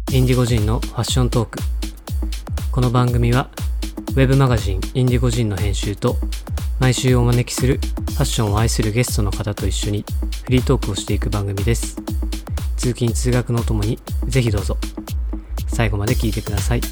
インディゴジンのファッショントーク。この番組はウェブマガジンインディゴジンの編集と毎週お招きするファッションを愛するゲストの方と一緒にフリートークをしていく番組です。通勤通学のともにぜひどうぞ最後まで聞いてください。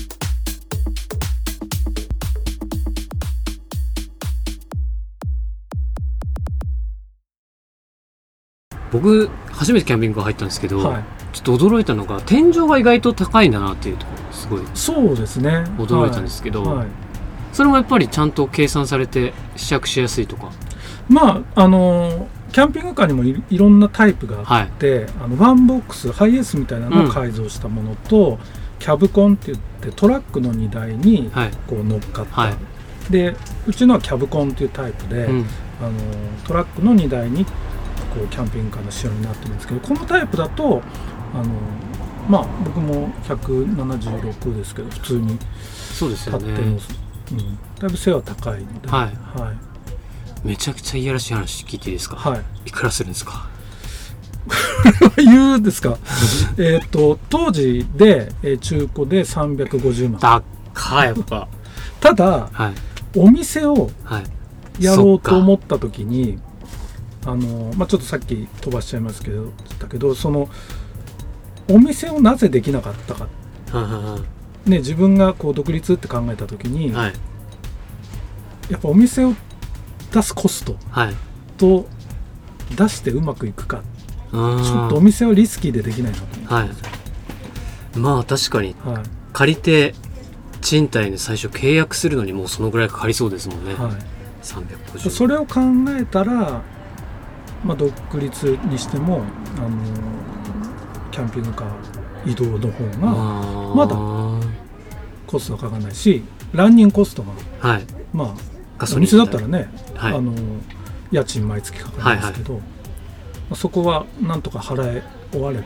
僕初めてキャンピングカー入ったんですけど、ちょっと驚いたのが天井が意外と高いんだなっていうところすごいそうですね驚いたんですけど、それもやっぱりちゃんと計算されて試着しやすいとか。 まあキャンピングカーにも いろんなタイプがあって、ワンボックスハイエースみたいなのを改造したものと、キャブコンって言ってトラックの荷台にこう乗っかった、でうちのはキャブコンっていうタイプで、トラックの荷台にこうキャンピングカーの仕様になってるんですけど、このタイプだと僕も176ですけど普通に立ってるんです、だいぶ背は高いので、 めちゃくちゃいやらしい話聞いていいですか。いくらするんですか。 言うんですか。当時で中古で350万。 高いやっぱ。 ただ、お店をやろうと思った時に、ちょっとさっき飛ばしちゃいますけどそのお店をなぜできなかったか、自分がこう独立って考えた時に、やっぱお店を出すコストと出してうまくいくか、ちょっとお店はリスキーでできないなと思ったんですよ。 まあ確かに、借りて賃貸で最初契約するのにもうそのぐらいかかりそうですもんね、350。 それを考えたら、独立にしてもキャンピングカー移動の方がまだコストがかからないし、ランニングコストが、お店だったらね、家賃毎月かかるんですけど、そこはなんとか払え終われば、い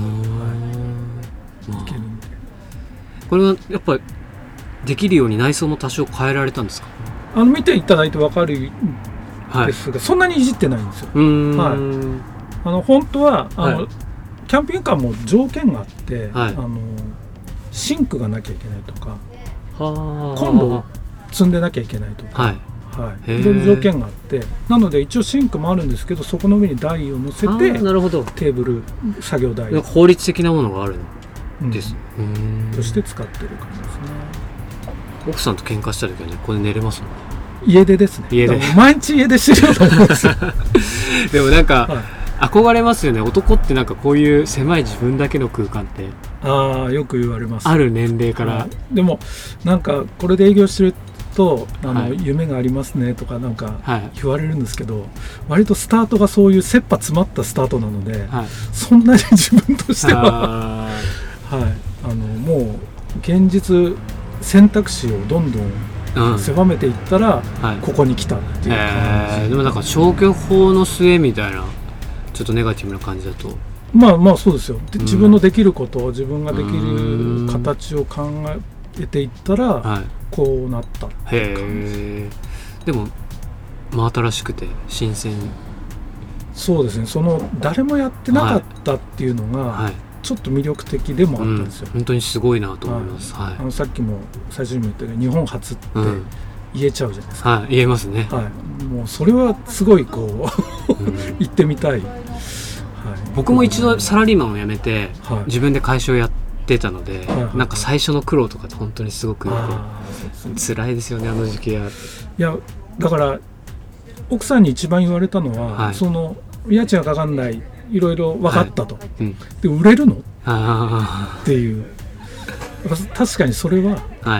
けるんで。 これはやっぱりできるように内装も多少変えられたんですか。 見ていただいて分かるですが、そんなにいじってないんですよ。本当はキャンピングカーも条件があって、シンクがなきゃいけないとか、コンロを積んでなきゃいけないとか、いろいろ条件があって、なので一応シンクもあるんですけど、そこの上に台を乗せてテーブル作業台法律的なものがあるんです、 として使ってる感じですね。 奥さんと喧嘩した時はね、これ寝れますもんね。 家出ですね。毎日家出してると思うんですよ。 でもなんか、憧れますよね。男ってなんかこういう狭い自分だけの空間ってよく言われます。 ある年齢から、 でもなんかこれで営業してると夢がありますねとかなんか言われるんですけど、割とスタートがそういう切羽詰まったスタートなので、そんなに自分としてはもう現実選択肢をどんどん狭めていったら、ここに来たっていう感じ。 でもなんか消去法の末みたいなちょっとネガティブな感じだと、 そうですよ。で自分のできることを自分ができる形を考えていったら、こうなったっていう感じ。 でも真新しくて新鮮。 そうですね。その誰もやってなかったっていうのが、ちょっと魅力的でもあったんですよ。 本当にすごいなと思います。 さっきも最初にも言ったけど、日本初って言えちゃうじゃないですか。 言えますね。 もうそれはすごいこう行ってみたい。 僕も一度サラリーマンを辞めて、自分で会社をやってたので、なんか最初の苦労とかって本当にすごく辛いですよね、あの時期は。 いやだから奥さんに一番言われたのは、その家賃がかかんない、いろいろ分かったと、で売れるのっていう。確かにそれは、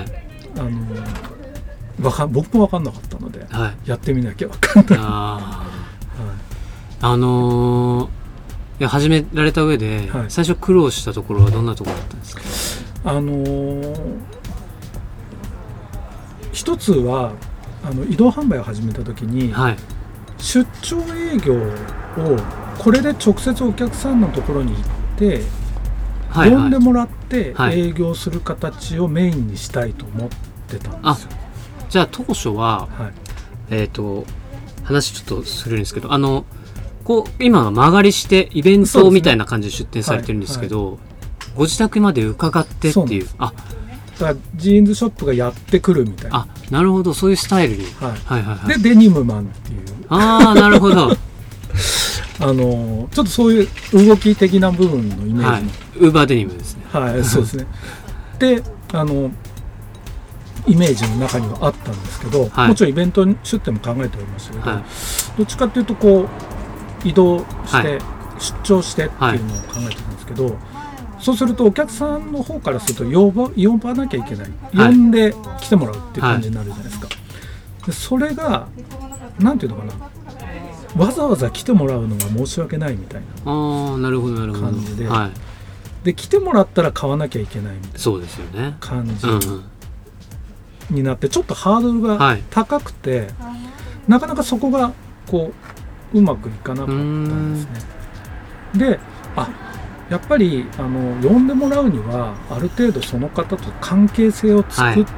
僕も分かんなかったので、やってみなきゃ分かんない。 始められた上で、最初苦労したところはどんなところだったんですか。一つは移動販売を始めた時に、出張営業をこれで直接お客さんのところに行って呼んでもらって営業する形をメインにしたいと思ってたんですよ。 じゃあ当初は、話ちょっとするんですけど、こう今は間借りしてイベントみたいな感じで出店されてるんですけど、 ご自宅まで伺ってっていう。 だからジーンズショップがやってくるみたいな。 なるほど、そういうスタイルに。 でデニムマンっていう。 なるほど。 ちょっとそういう動き的な部分のイメージ、 ウーバーデニムですね。 そうですね。でイメージの中にはあったんですけど、もちろんイベント出店も考えておりましたけど、どっちかっていうとこう移動して、出張してっていうのを考えてたんですけど、そうするとお客さんの方からすると呼ばなきゃいけない、呼んで来てもらうっていう感じになるじゃないですか。でそれがなんていうのかな、わざわざ来てもらうのが申し訳ないみたいな感じで、で来てもらったら買わなきゃいけないみたいな感じになって、ちょっとハードルが高くて、なかなかそこがこううまくいかなかったんですね。でやっぱり呼んでもらうにはある程度その方と関係性を作って、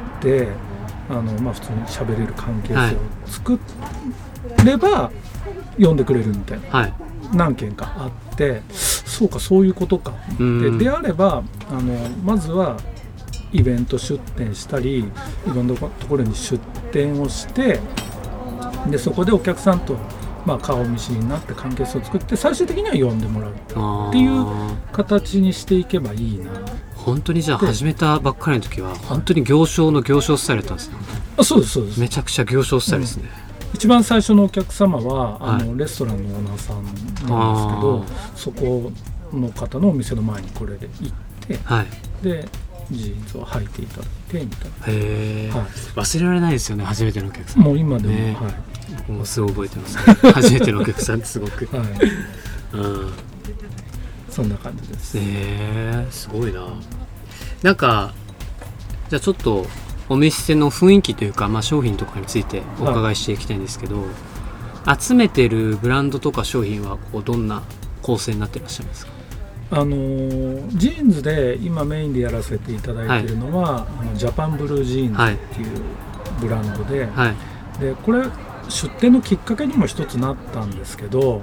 普通に喋れる関係性を作れば呼んでくれるみたいな、何件かあって、そうかそういうことかであればまずはイベント出店したりいろんなところに出店をして、でそこでお客さんと顔見知りになって関係性を作って、最終的には呼んでもらうっていう形にしていけばいいな。 本当にじゃあ始めたばっかりの時は本当に行商の行商スタイルだったんですね。 そうですそうです。 めちゃくちゃ行商スタイルですね。 一番最初のお客様はレストランのオーナーさんなんですけど、そこの方のお店の前にこれで行って、でジーンズを履いていただいてみたいな。 忘れられないですよね、初めてのお客さん。 もう今でも、 僕もすごい覚えてます、ね、初めてのお客さんってすごく、 そんな感じです。 すごいな。なんかじゃあちょっとお店の雰囲気というか、商品とかについてお伺いしていきたいんですけど、集めてるブランドとか商品はどんな構成になってらっしゃいますか？ ジーンズで今メインでやらせていただいているのは、ジャパンブルージーンズっていうブランドで、でこれ出店のきっかけにも一つなったんですけど、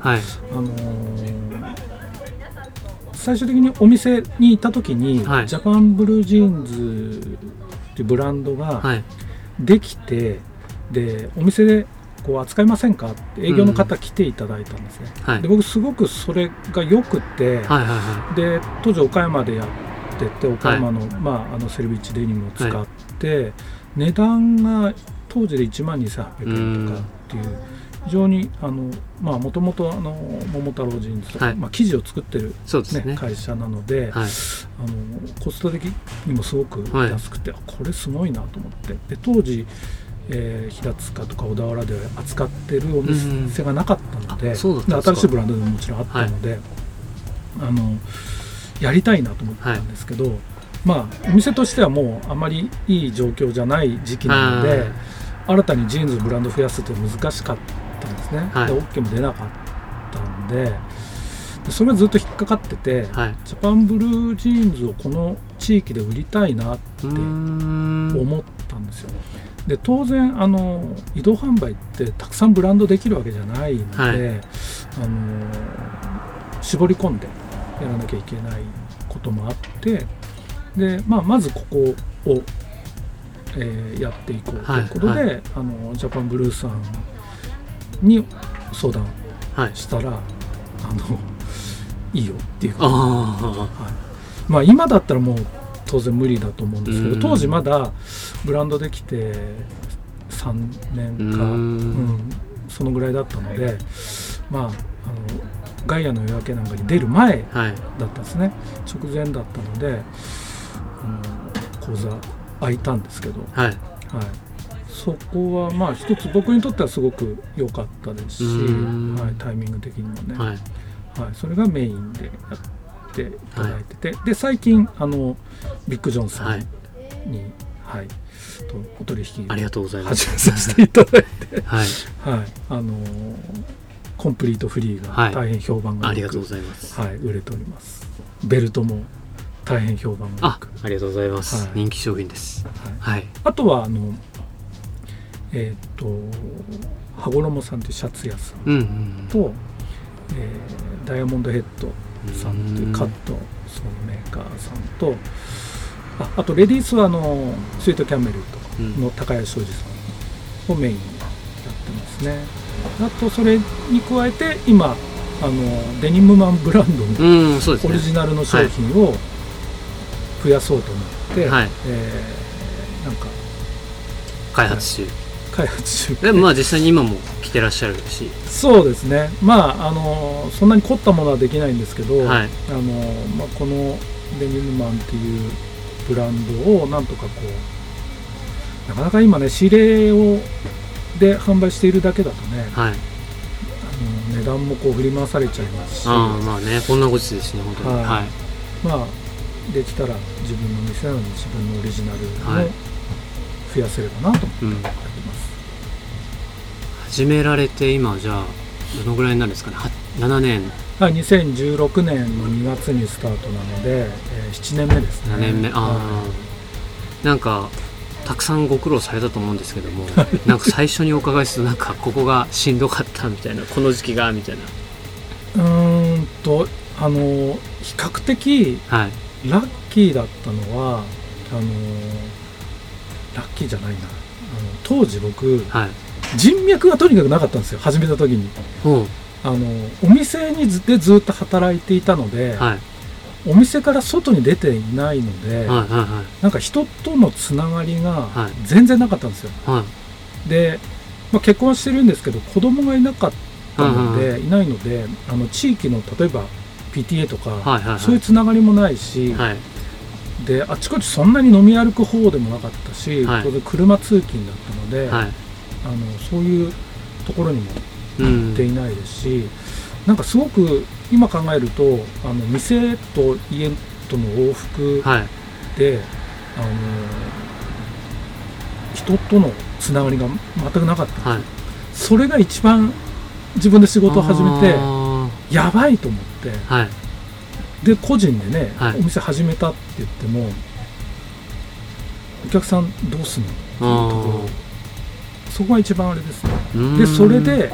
最終的にお店に行った時に、ジャパンブルージーンズっていうブランドができて、でお店で扱いませんかって営業の方来ていただいたんですね。で僕すごくそれがよくて、で当時岡山でやってて、岡山の、セルビッチデニムを使って、値段が当時で12,800円とかっていう非常にもともと桃太郎ジーンズとか、生地を作ってる、会社なので、コスト的にもすごく安くて、これすごいなと思って、で当時平塚とか小田原で扱ってるお店がなかったので、新しいブランドでももちろんあったので、やりたいなと思ったんですけど、お店としてはもうあまりいい状況じゃない時期なので、新たにジーンズのブランドを増やすって難しかったんですね。で OK も出なかったんで、それがずっと引っかかってて、ジャパンブルージーンズをこの地域で売りたいなって思ったんですよ。で当然移動販売ってたくさんブランドできるわけじゃないので、絞り込んでやらなきゃいけないこともあって、で、まずここを、やっていこうということで、ジャパンブルーさんに相談したら、いいよっていうことで、今だったらもう当然無理だと思うんですけど、当時まだブランドできて3年か、そのぐらいだったので、ガイアの夜明けなんかに出る前だったんですね。直前だったので、講座空いたんですけど、そこは一つ僕にとってはすごく良かったですし、タイミング的にもね、それがメインでやっていただいてて、で最近ビッグジョンさんに、とお取引を始めさせていただいて、コンプリートフリーが大変評判がよく、売れております。ベルトも大変評判がよく、 ありがとうございます、人気商品です。 あとは羽衣さんというシャツ屋さんと、ダイヤモンドヘッドさんというカットそのメーカーさんと、あとレディースはスイートキャメルの高谷庄司さんをメインにやってますね。あとそれに加えて今デニムマンブランドのオリジナルの商品を増やそうと思って、なんか開発中でも実際に今も着てらっしゃるし。 そうですね。そんなに凝ったものはできないんですけど、このデニムマンっていうブランドをなんとかなかなか今ね仕入れで販売しているだけだとね、値段も振り回されちゃいますし、 まあね、こんなご時世ですね本当に。 できたら自分の店なのに自分のオリジナルを増やせればなと思ってやってます。 始められて今じゃあどのぐらいになるんですかね。7年。 2016年の2月にスタートなので、7年目ですね。 7年目。なんかたくさんご苦労されたと思うんですけどもなんか最初にお伺いするとなんかここがしんどかったみたいな、この時期がみたいな。 比較的ラッキーだったのは、ラッキーじゃないな、当時僕、人脈がとにかくなかったんですよ、始めた時に。お店にでずっと働いていたので、お店から外に出ていないので、なんか人とのつながりが全然なかったんですよ。で、結婚はしてるんですけど子供がいなかったので、いないので地域の例えば PTA とか、そういうつながりもないし、であちこちそんなに飲み歩く方でもなかったし、車通勤だったので、そういうところにも行っていないですし、なんかすごく今考えると店と家との往復で、人とのつながりが全くなかったんですよ。それが一番自分で仕事を始めてやばいと思って、で個人でね、お店始めたって言ってもお客さんどうすんのっていうところ、そこが一番あれですね。でそれで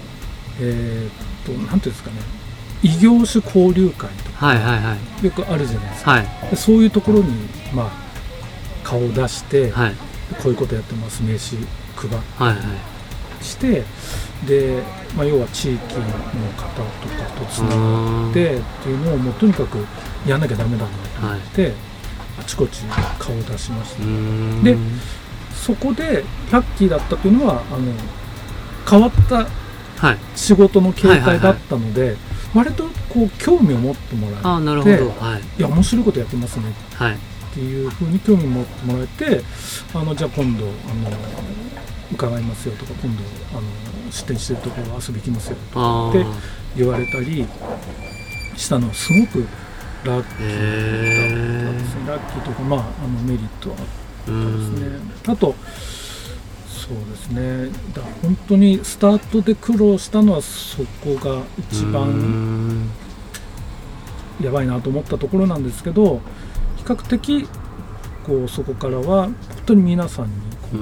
なんていうんですかね、異業種交流会とか、よくあるじゃないですか。でそういうところに顔を出して、こういうことやってます名刺配ってして、で、要は地域の方とかとつながってっていうのをもうとにかくやんなきゃダメだなと思って、あちこち顔を出しました。でそこでラッキーだったというのは変わった仕事の形態だったので、割と興味を持ってもらえて、いや面白いことやってますねっていうふうに興味を持ってもらえて、じゃあ今度伺いますよとか、今度出店してるところ遊び行きますよって言われたりしたのはすごくラッキーだったですね。ラッキーというかメリットはあったですね。あとそうですね、本当にスタートで苦労したのはそこが一番やばいなと思ったところなんですけど、比較的そこからは本当に皆さんに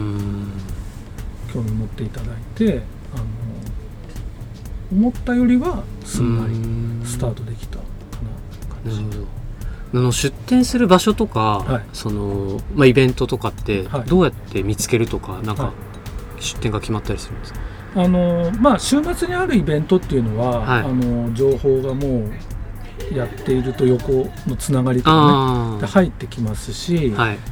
興味持っていただいて、思ったよりはすんなりスタートできたかなって感じ。 出店する場所とか、イベントとかってどうやって見つけるとか、なんか出店が決まったりするんですか？ 週末にあるイベントっていうのは、情報がもうやっていると横のつながりとかねで入ってきますし、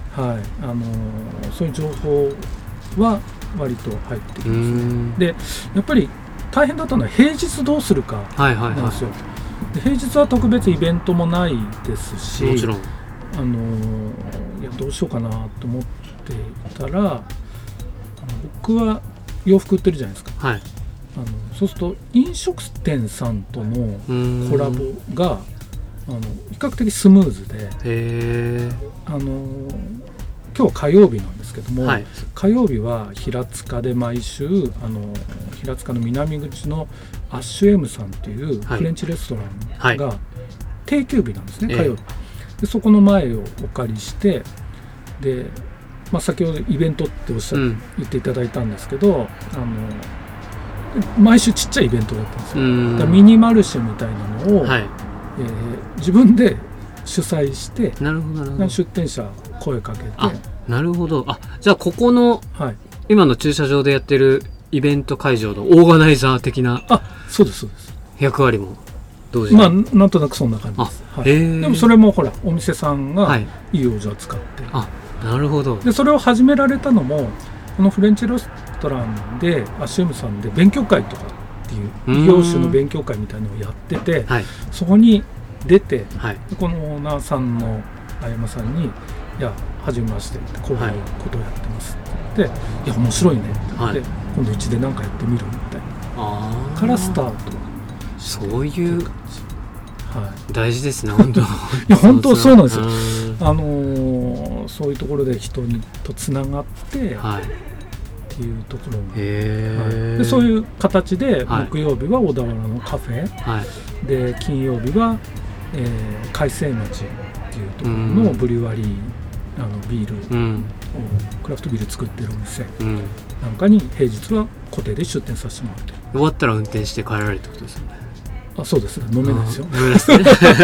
そういう情報は割と入ってきますね。でやっぱり大変だったのは平日どうするかなんですよ。で平日は特別イベントもないですし、 もちろんいやどうしようかなと思っていたら、僕は洋服売ってるじゃないですか。そうすると飲食店さんとのコラボが比較的スムーズで、今日火曜日なんですけども、火曜日は平塚で毎週平塚の南口のアッシュ M さんっていうフレンチレストランが定休日なんですね、火曜日で。そこの前をお借りして、で、先ほどイベントって言っていただいたんですけど、毎週ちっちゃいイベントだったんですよ。だからミニマルシェみたいなのを、自分で主催して、 なるほどなるほど、 出店者声かけて、 なるほど。じゃあここの、 はい、 今の駐車場でやってるイベント会場のオーガナイザー的なそうですそうです、 役割も同時に、 なんとなくそんな感じです、 はい、 でもそれもほらお店さんがいいお茶を使って、 なるほど。 でそれを始められたのもこのフレンチレストランでアシウムさんで勉強会とかっていう異業種の勉強会みたいなのをやってて、 はい、 そこに出て、 はい、 このオーナーさんのあやまさんに「いや初めまして」ってこういうことをやってますって言って「いや面白いね」って言って、今度うちで何かやってみるみたいなからスタート。 そういう、大事ですね本当。いや本当そうなんですよ。そういうところで人とつながって、っていうところも、でそういう形で木曜日は小田原のカフェ、で金曜日は、海星町っていうところのブリュワリー、ビールを、クラフトビール作ってるお店なんかに平日は固定で出店させてもらって、 終わったら運転して帰られるってことですよね。 そうですね、飲めないですよ。 飲めないですね。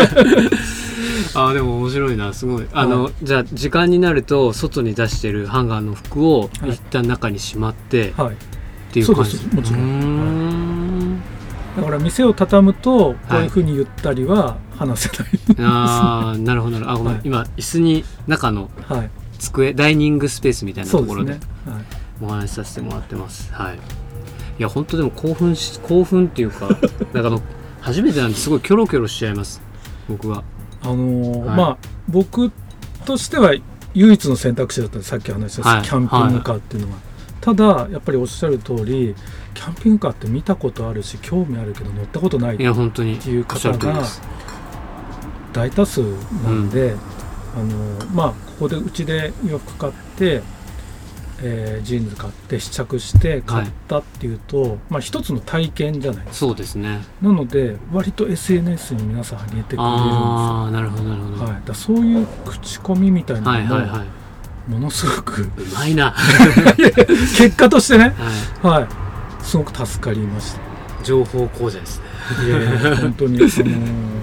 でも面白いな、すごい。じゃあ時間になると外に出してるハンガーの服を一旦中にしまって、っていう感じ。 そうです、もちろん。だから店を畳むとこういうふうに言ったりは話せない。 なるほど。ごめん、今椅子に中の机、ダイニングスペースみたいなところでお話しさせてもらってます。いや本当でも興奮っていうか、なんか初めてなんですごいキョロキョロしちゃいます、僕は。僕としては唯一の選択肢だったんです、さっき話した、キャンピングカーっていうのは。ただやっぱりおっしゃる通り、キャンピングカーって見たことあるし興味あるけど乗ったことないっていう方が大多数なんで、ここでうちで洋服買って、ジーンズ買って試着して買ったっていうと、一つの体験じゃないですか。 そうですね。 なので割と SNS に皆さん上げてくれるんですよ。 なるほどなるほど。 だそういう口コミみたいなのも、ものすごくうまいな結果としてね、すごく助かりました。 情報講座ですね。 本当に確かに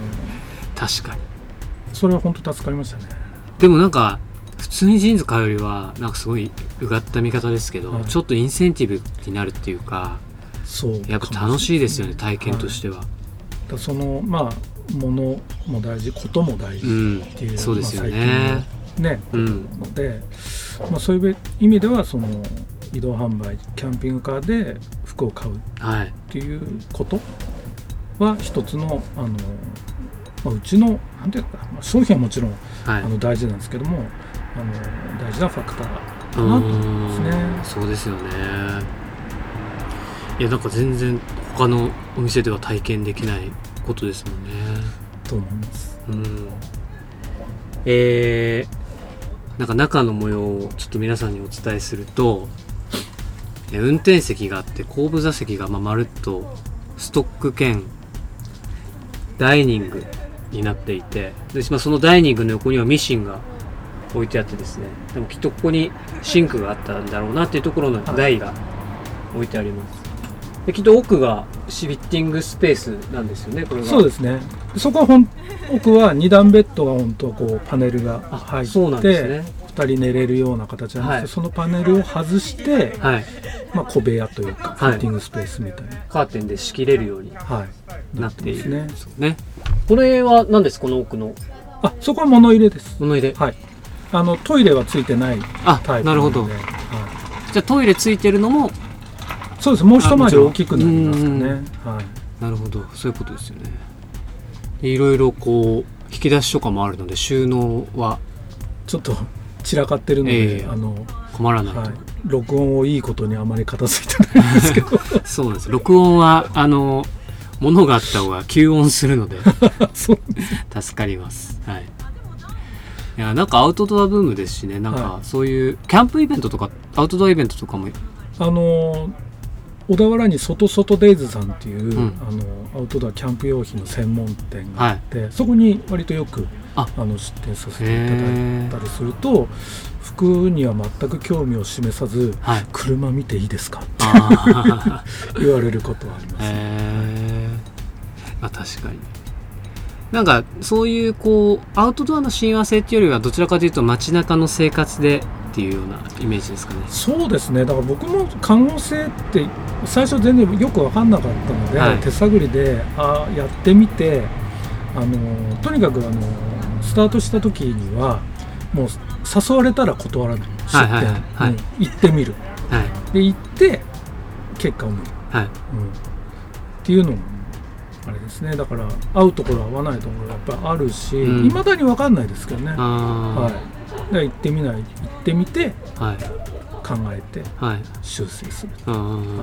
それは本当助かりましたね。 でもなんか普通にジーンズ買うよりはなんかすごいうがった見方ですけど、ちょっとインセンティブになるっていうか、やっぱ楽しいですよね、体験としては。 そのものも大事、ことも大事っていう、 そうですよね。 ので、そういう意味ではその移動販売、キャンピングカーで服を買うっていうことは一つのうちのなんていうか、商品はもちろん、大事なんですけども、大事なファクターかなと思いますね。 そうですよね。いやなんか全然他のお店では体験できないことですもんね。 と思います。 なんか中の模様をちょっと皆さんにお伝えすると、運転席があって後部座席がまるっとストック兼ダイニングになっていて、でそのダイニングの横にはミシンが置いてあってですね、でもきっとここにシンクがあったんだろうなっていうところの台が置いてあります。できっと奥がシビッティングスペースなんですよね、これが。そうですね。 そこは奥は2段ベッドが本当こうパネルが入って、 そうなんですね、 2人寝れるような形なんですけど、そのパネルを外して、小部屋というか、フィッティングスペースみたいな、 カーテンで仕切れるようになっているね。 これは何です、この奥の。 そこは物入れです。 物入れ。 トイレはついてないタイプなので。なるほど。 じゃあトイレついてるのも。 そうです、もう一回り大きくなりますかね。 なるほど、そういうことですよね。いろいろこう引き出しとかもあるので収納はちょっと散らかってるので、 困らないと、 録音をいいことにあまり片付いてないんですけどそうなんです。録音は物があった方が吸音するので助かります。いやなんかアウトドアブームですしね、なんかそういうキャンプイベントとかアウトドアイベントとかも小田原に外デイズさんっていう、アウトドアキャンプ用品の専門店があって、そこに割とよく出店させていただいたりすると、服には全く興味を示さず、車見ていいですかって言われることはありますね。 確かに。 なんかそういうこうアウトドアの親和性っていうよりはどちらかというと街中の生活でっていうようなイメージですかね。 そうですね。だから僕も可能性って最初全然よく分かんなかったので、はい、手探りでやってみてとにかくスタートした時にはもう誘われたら断らない、行ってみる、はい、で行って結果を見る、はい、っていうのもあれですね。だから合うところ合わないところやっぱりあるし、未だに分かんないですけどね。はい、で行ってみない、行ってみて、はい、考えて、はい、修正する、はい、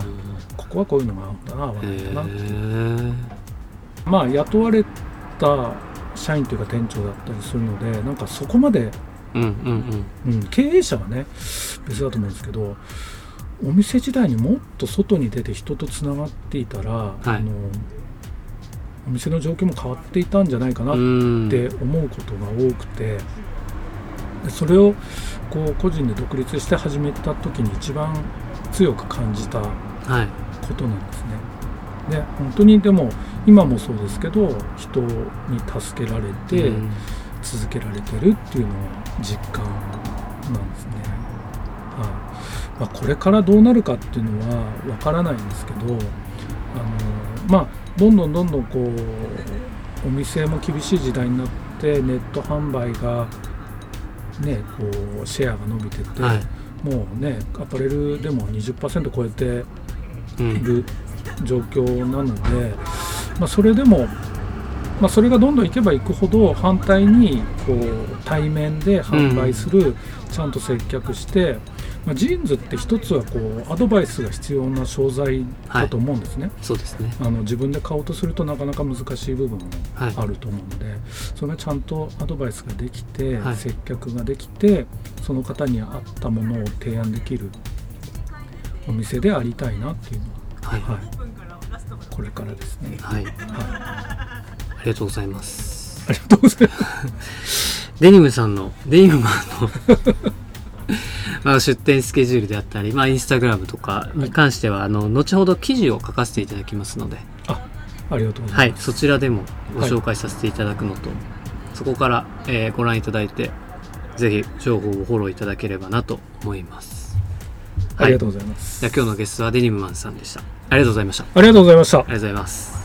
ここはこういうのが合うんだな、合わないんだなっていう、まあ雇われた社員というか店長だったりするので、なんかそこまで、経営者はね別だと思うんですけど、お店時代にもっと外に出て人とつながっていたら、はい、お店の状況も変わっていたんじゃないかなって思うことが多くて、それをこう個人で独立して始めた時に一番強く感じたことなんですね。で本当にでも今もそうですけど、人に助けられて続けられてるっていうのは実感なんですね。はい。まあ、これからどうなるかっていうのはわからないんですけど、まあどんどんこうお店も厳しい時代になって、ネット販売がねこうシェアが伸びてて、はい、もうねアパレルでも 20% 超えている状況なので、まあ、それでも、まあ、それがどんどんいけばいくほど反対にこう対面で販売する、ちゃんと接客して、まあ、ジーンズって一つはこうアドバイスが必要な商材だと思うんですね。はい、 そうですね。 自分で買おうとするとなかなか難しい部分もあると思うので、はい、それはちゃんとアドバイスができて、はい、接客ができて、その方に合ったものを提案できるお店でありたいなっていうのは、はいはい、これからですね。はい、はい、 ありがとうございます。 ありがとうございます。 デニムマンのまあ出店スケジュールであったり、まあ、インスタグラムとかに関しては、後ほど記事を書かせていただきますので、 ありがとうございます。 はい、そちらでもご紹介させていただくのと、そこから、ご覧いただいて、ぜひ情報をフォローいただければなと思います。 ありがとうございます。 じゃあ今日のゲストはデニムマンさんでした。ありがとうございました。 ありがとうございました。 ありがとうございます。